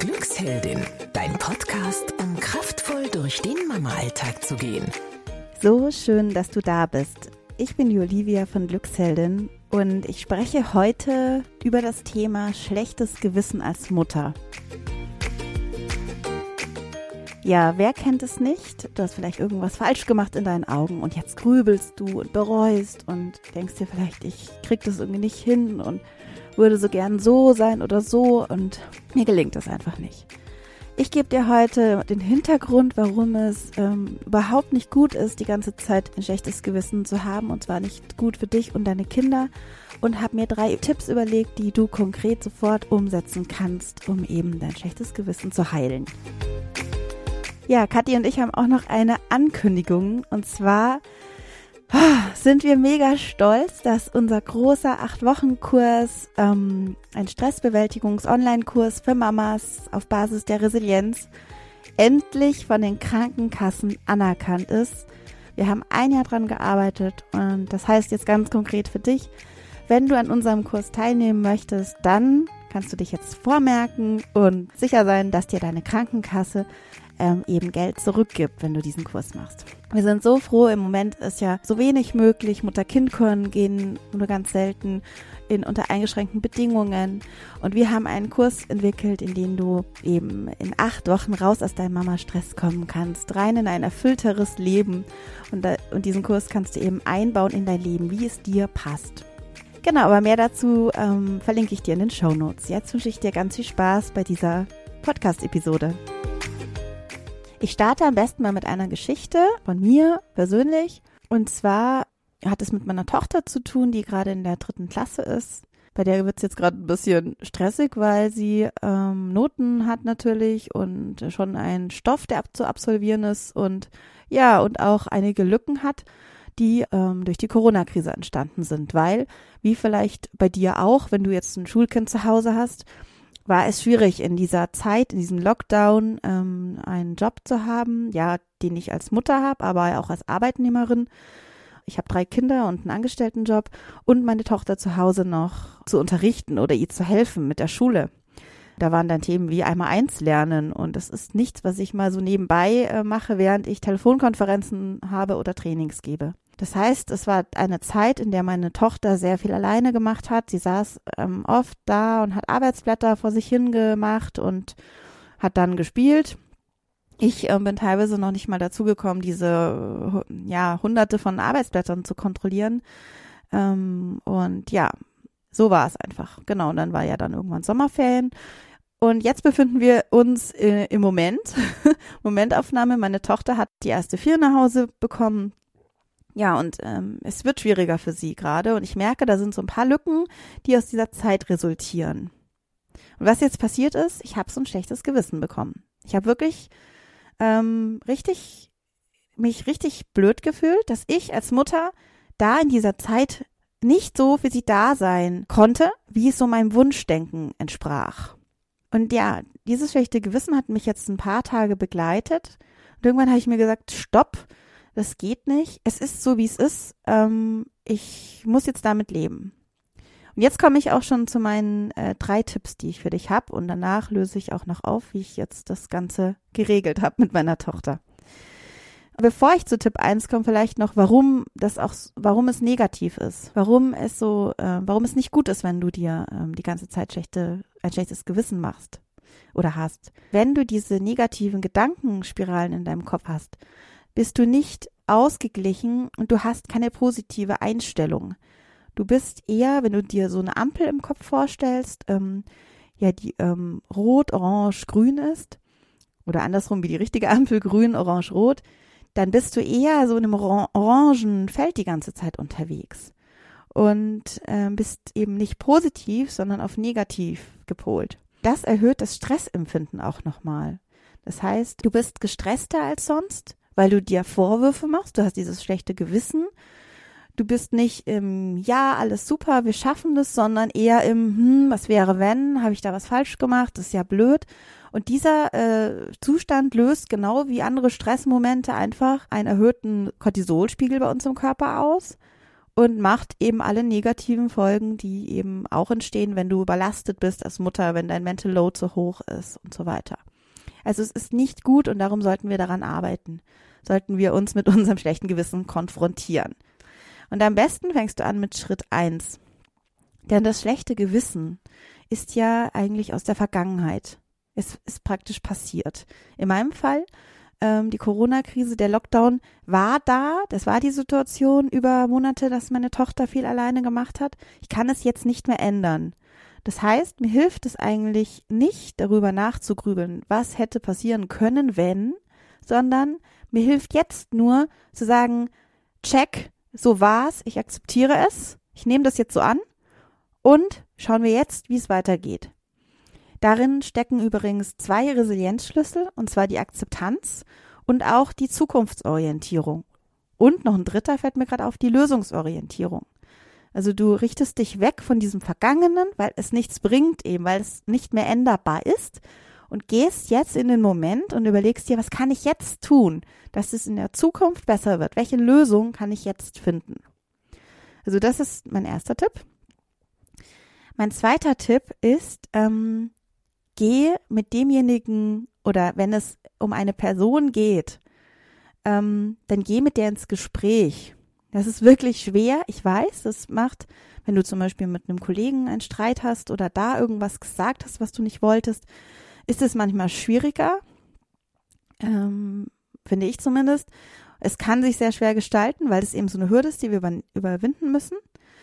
Glücksheldin, dein Podcast, um kraftvoll durch den Mama-Alltag zu gehen. So schön, dass du da bist. Ich bin die Olivia von Glücksheldin und ich spreche heute über das Thema schlechtes Gewissen als Mutter. Ja, wer kennt es nicht? Du hast vielleicht irgendwas falsch gemacht in deinen Augen und jetzt grübelst du und bereust und denkst dir vielleicht, ich krieg das irgendwie nicht hin und würde so gern so sein oder so und mir gelingt das einfach nicht. Ich gebe dir heute den Hintergrund, warum es überhaupt nicht gut ist, die ganze Zeit ein schlechtes Gewissen zu haben, und zwar nicht gut für dich und deine Kinder, und habe mir 3 Tipps überlegt, die du konkret sofort umsetzen kannst, um eben dein schlechtes Gewissen zu heilen. Ja, Kathi und ich haben auch noch eine Ankündigung, und zwar sind wir mega stolz, dass unser großer 8-Wochen-Kurs, ein Stressbewältigungs-Online-Kurs für Mamas auf Basis der Resilienz, endlich von den Krankenkassen anerkannt ist. Wir haben 1 Jahr dran gearbeitet und das heißt jetzt ganz konkret für dich, wenn du an unserem Kurs teilnehmen möchtest, dann kannst du dich jetzt vormerken und sicher sein, dass dir deine Krankenkasse eben Geld zurückgibt, wenn du diesen Kurs machst. Wir sind so froh, im Moment ist ja so wenig möglich. Mutter-Kind-Kuren gehen nur ganz selten unter eingeschränkten Bedingungen. Und wir haben einen Kurs entwickelt, in dem du eben in 8 Wochen raus aus deinem Mama-Stress kommen kannst, rein in ein erfüllteres Leben. Und diesen Kurs kannst du eben einbauen in dein Leben, wie es dir passt. Genau, aber mehr dazu verlinke ich dir in den Shownotes. Jetzt wünsche ich dir ganz viel Spaß bei dieser Podcast-Episode. Ich starte am besten mal mit einer Geschichte von mir persönlich. Und zwar hat es mit meiner Tochter zu tun, die gerade in der 3. Klasse ist. Bei der wird es jetzt gerade ein bisschen stressig, weil sie Noten hat natürlich und schon einen Stoff, der zu absolvieren ist und ja, und auch einige Lücken hat, die durch die Corona-Krise entstanden sind. Weil, wie vielleicht bei dir auch, wenn du jetzt ein Schulkind zu Hause hast, war es schwierig in dieser Zeit, in diesem Lockdown, einen Job zu haben, ja, den ich als Mutter habe, aber auch als Arbeitnehmerin. Ich habe 3 Kinder und einen Angestelltenjob und meine Tochter zu Hause noch zu unterrichten oder ihr zu helfen mit der Schule. Da waren dann Themen wie Einmal-Eins lernen und das ist nichts, was ich mal so nebenbei mache, während ich Telefonkonferenzen habe oder Trainings gebe. Das heißt, es war eine Zeit, in der meine Tochter sehr viel alleine gemacht hat. Sie saß oft da und hat Arbeitsblätter vor sich hingemacht und hat dann gespielt. Ich bin teilweise noch nicht mal dazu gekommen, diese Hunderte von Arbeitsblättern zu kontrollieren. Und ja, so war es einfach. Genau, und dann war ja dann irgendwann Sommerferien. Und jetzt befinden wir uns im Momentaufnahme. Meine Tochter hat die erste 4 nach Hause bekommen. Ja, und es wird schwieriger für sie gerade. Und ich merke, da sind so ein paar Lücken, die aus dieser Zeit resultieren. Und was jetzt passiert ist, ich habe so ein schlechtes Gewissen bekommen. Ich habe wirklich mich richtig blöd gefühlt, dass ich als Mutter da in dieser Zeit nicht so für sie da sein konnte, wie es so meinem Wunschdenken entsprach. Und ja, dieses schlechte Gewissen hat mich jetzt ein paar Tage begleitet. Und irgendwann habe ich mir gesagt, stopp, das geht nicht. Es ist so, wie es ist. Ich muss jetzt damit leben. Und jetzt komme ich auch schon zu meinen 3 Tipps, die ich für dich habe. Und danach löse ich auch noch auf, wie ich jetzt das Ganze geregelt habe mit meiner Tochter. Bevor ich zu Tipp 1 komme, vielleicht noch, warum es negativ ist. Warum es nicht gut ist, wenn du dir die ganze Zeit ein schlechtes Gewissen machst oder hast. Wenn du diese negativen Gedankenspiralen in deinem Kopf hast, bist du nicht ausgeglichen und du hast keine positive Einstellung. Du bist eher, wenn du dir so eine Ampel im Kopf vorstellst, die rot, orange, grün ist oder andersrum wie die richtige Ampel, grün, orange, rot, dann bist du eher so in einem orangen Feld die ganze Zeit unterwegs und bist eben nicht positiv, sondern auf negativ gepolt. Das erhöht das Stressempfinden auch nochmal. Das heißt, du bist gestresster als sonst, weil du dir Vorwürfe machst, du hast dieses schlechte Gewissen. Du bist nicht im Ja, alles super, wir schaffen das, sondern eher im was wäre wenn, habe ich da was falsch gemacht, das ist ja blöd. Und dieser Zustand löst genau wie andere Stressmomente einfach einen erhöhten Cortisolspiegel bei uns im Körper aus. und macht eben alle negativen Folgen, die eben auch entstehen, wenn du überlastet bist als Mutter, wenn dein Mental Load so hoch ist und so weiter. Also es ist nicht gut und darum sollten wir daran arbeiten. Sollten wir uns mit unserem schlechten Gewissen konfrontieren. Und am besten fängst du an mit Schritt 1. Denn das schlechte Gewissen ist ja eigentlich aus der Vergangenheit. Es ist praktisch passiert. In meinem Fall, die Corona-Krise, der Lockdown war da. Das war die Situation über Monate, dass meine Tochter viel alleine gemacht hat. Ich kann es jetzt nicht mehr ändern. Das heißt, mir hilft es eigentlich nicht, darüber nachzugrübeln, was hätte passieren können, wenn, sondern mir hilft jetzt nur zu sagen, check, so war's, ich akzeptiere es, ich nehme das jetzt so an und schauen wir jetzt, wie es weitergeht. Darin stecken übrigens 2 Resilienzschlüssel, und zwar die Akzeptanz und auch die Zukunftsorientierung. Und noch ein 3. fällt mir gerade auf, die Lösungsorientierung. Also du richtest dich weg von diesem Vergangenen, weil es nichts bringt eben, weil es nicht mehr änderbar ist, und gehst jetzt in den Moment und überlegst dir, was kann ich jetzt tun, dass es in der Zukunft besser wird? Welche Lösung kann ich jetzt finden? Also das ist mein erster Tipp. Mein zweiter Tipp ist, geh mit demjenigen, oder wenn es um eine Person geht, dann geh mit der ins Gespräch. Das ist wirklich schwer, ich weiß, das macht, wenn du zum Beispiel mit einem Kollegen einen Streit hast oder da irgendwas gesagt hast, was du nicht wolltest, ist es manchmal schwieriger, finde ich zumindest. Es kann sich sehr schwer gestalten, weil es eben so eine Hürde ist, die wir überwinden müssen.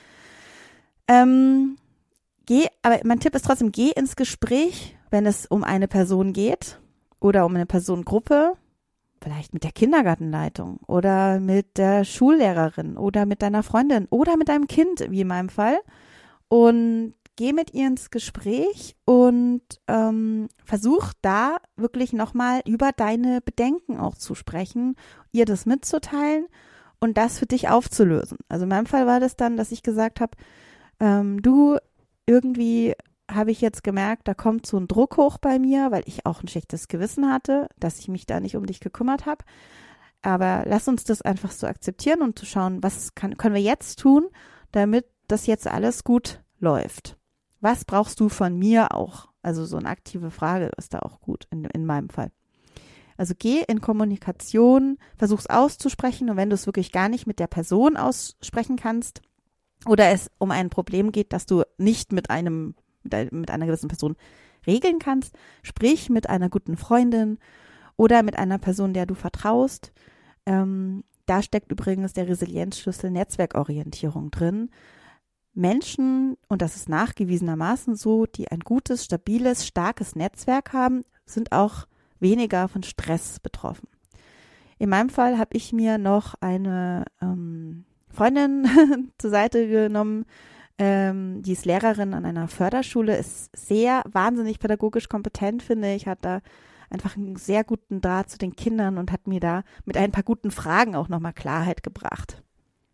Aber mein Tipp ist trotzdem, geh ins Gespräch, wenn es um eine Person geht oder um eine Personengruppe, vielleicht mit der Kindergartenleitung oder mit der Schullehrerin oder mit deiner Freundin oder mit deinem Kind, wie in meinem Fall. Und geh mit ihr ins Gespräch und versuch da wirklich nochmal über deine Bedenken auch zu sprechen, ihr das mitzuteilen und das für dich aufzulösen. Also in meinem Fall war das dann, dass ich gesagt habe, du, irgendwie habe ich jetzt gemerkt, da kommt so ein Druck hoch bei mir, weil ich auch ein schlechtes Gewissen hatte, dass ich mich da nicht um dich gekümmert habe. Aber lass uns das einfach so akzeptieren und zu schauen, was können wir jetzt tun, damit das jetzt alles gut läuft. Was brauchst du von mir auch? Also so eine aktive Frage ist da auch gut in meinem Fall. Also geh in Kommunikation, versuch's auszusprechen, und wenn du es wirklich gar nicht mit der Person aussprechen kannst oder es um ein Problem geht, das du nicht mit einer gewissen Person regeln kannst, sprich mit einer guten Freundin oder mit einer Person, der du vertraust. Da steckt übrigens der Resilienzschlüssel Netzwerkorientierung drin. Menschen, und das ist nachgewiesenermaßen so, die ein gutes, stabiles, starkes Netzwerk haben, sind auch weniger von Stress betroffen. In meinem Fall habe ich mir noch eine Freundin zur Seite genommen, die ist Lehrerin an einer Förderschule, ist sehr wahnsinnig pädagogisch kompetent, finde ich, hat da einfach einen sehr guten Draht zu den Kindern und hat mir da mit ein paar guten Fragen auch nochmal Klarheit gebracht.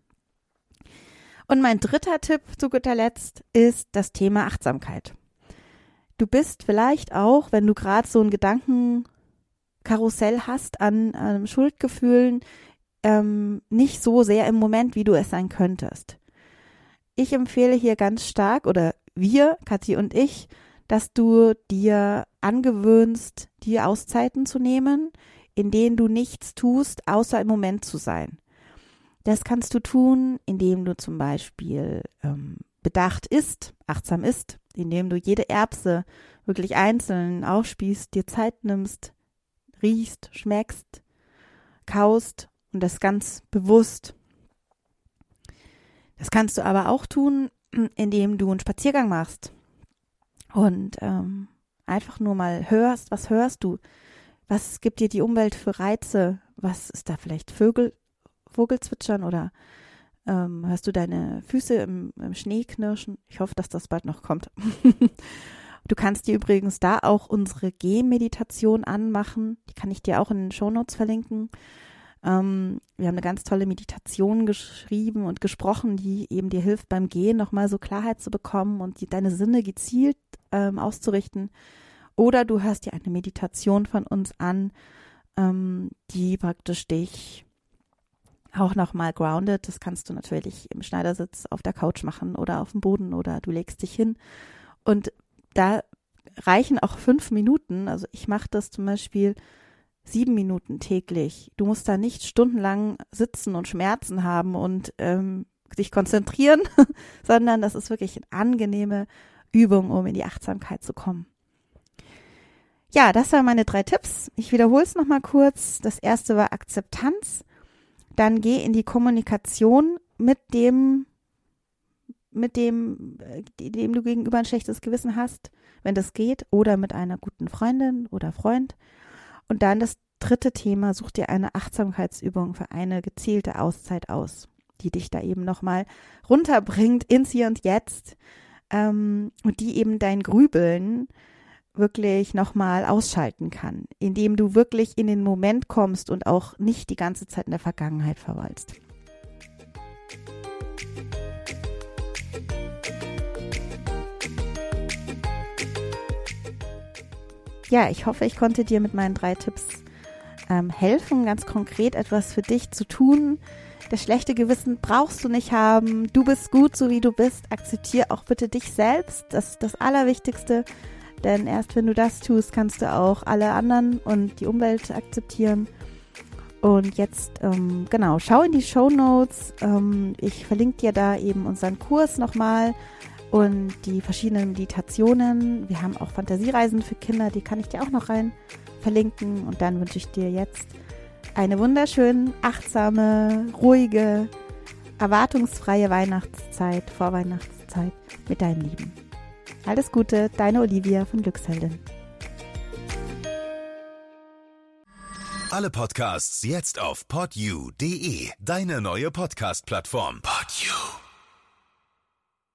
Und mein 3. Tipp zu guter Letzt ist das Thema Achtsamkeit. Du bist vielleicht auch, wenn du gerade so ein Gedankenkarussell hast an Schuldgefühlen, nicht so sehr im Moment, wie du es sein könntest. Ich empfehle hier ganz stark, oder wir, Kathi und ich, dass du dir angewöhnst, dir Auszeiten zu nehmen, in denen du nichts tust, außer im Moment zu sein. Das kannst du tun, indem du zum Beispiel bedacht isst, achtsam isst, indem du jede Erbse wirklich einzeln aufspießt, dir Zeit nimmst, riechst, schmeckst, kaust und das ganz bewusst. Das kannst du aber auch tun, indem du einen Spaziergang machst und einfach nur mal hörst, was hörst du, was gibt dir die Umwelt für Reize, was ist da vielleicht Vogelzwitschern oder hörst du deine Füße im Schnee knirschen? Ich hoffe, dass das bald noch kommt. Du kannst dir übrigens da auch unsere Gehmeditation anmachen. Die kann ich dir auch in den Shownotes verlinken. Wir haben eine ganz tolle Meditation geschrieben und gesprochen, die eben dir hilft, beim Gehen nochmal so Klarheit zu bekommen und deine Sinne gezielt auszurichten. Oder du hörst dir eine Meditation von uns an, die praktisch dich auch nochmal grounded. Das kannst du natürlich im Schneidersitz auf der Couch machen oder auf dem Boden oder du legst dich hin. Und da reichen auch 5 Minuten. Also ich mache das zum Beispiel 7 Minuten täglich. Du musst da nicht stundenlang sitzen und Schmerzen haben und dich konzentrieren, sondern das ist wirklich eine angenehme Übung, um in die Achtsamkeit zu kommen. Ja, das waren meine 3 Tipps. Ich wiederhole es nochmal kurz. Das erste war Akzeptanz. Dann geh in die Kommunikation mit dem du gegenüber ein schlechtes Gewissen hast, wenn das geht, oder mit einer guten Freundin oder Freund. Und dann das 3. Thema, such dir eine Achtsamkeitsübung für eine gezielte Auszeit aus, die dich da eben nochmal runterbringt ins Hier und Jetzt und die eben dein Grübeln wirklich nochmal ausschalten kann, indem du wirklich in den Moment kommst und auch nicht die ganze Zeit in der Vergangenheit verweilst. Ja, ich hoffe, ich konnte dir mit meinen 3 Tipps helfen, ganz konkret etwas für dich zu tun. Das schlechte Gewissen brauchst du nicht haben. Du bist gut, so wie du bist. Akzeptiere auch bitte dich selbst. Das ist das Allerwichtigste. Denn erst wenn du das tust, kannst du auch alle anderen und die Umwelt akzeptieren. Und jetzt, schau in die Shownotes. Ich verlinke dir da eben unseren Kurs nochmal und die verschiedenen Meditationen. Wir haben auch Fantasiereisen für Kinder, die kann ich dir auch noch rein verlinken. Und dann wünsche ich dir jetzt eine wunderschöne, achtsame, ruhige, erwartungsfreie Weihnachtszeit, Vorweihnachtszeit mit deinen Lieben. Alles Gute, deine Olivia von Glücksheldin. Alle Podcasts jetzt auf podyou.de, deine neue Podcast-Plattform. Podyou.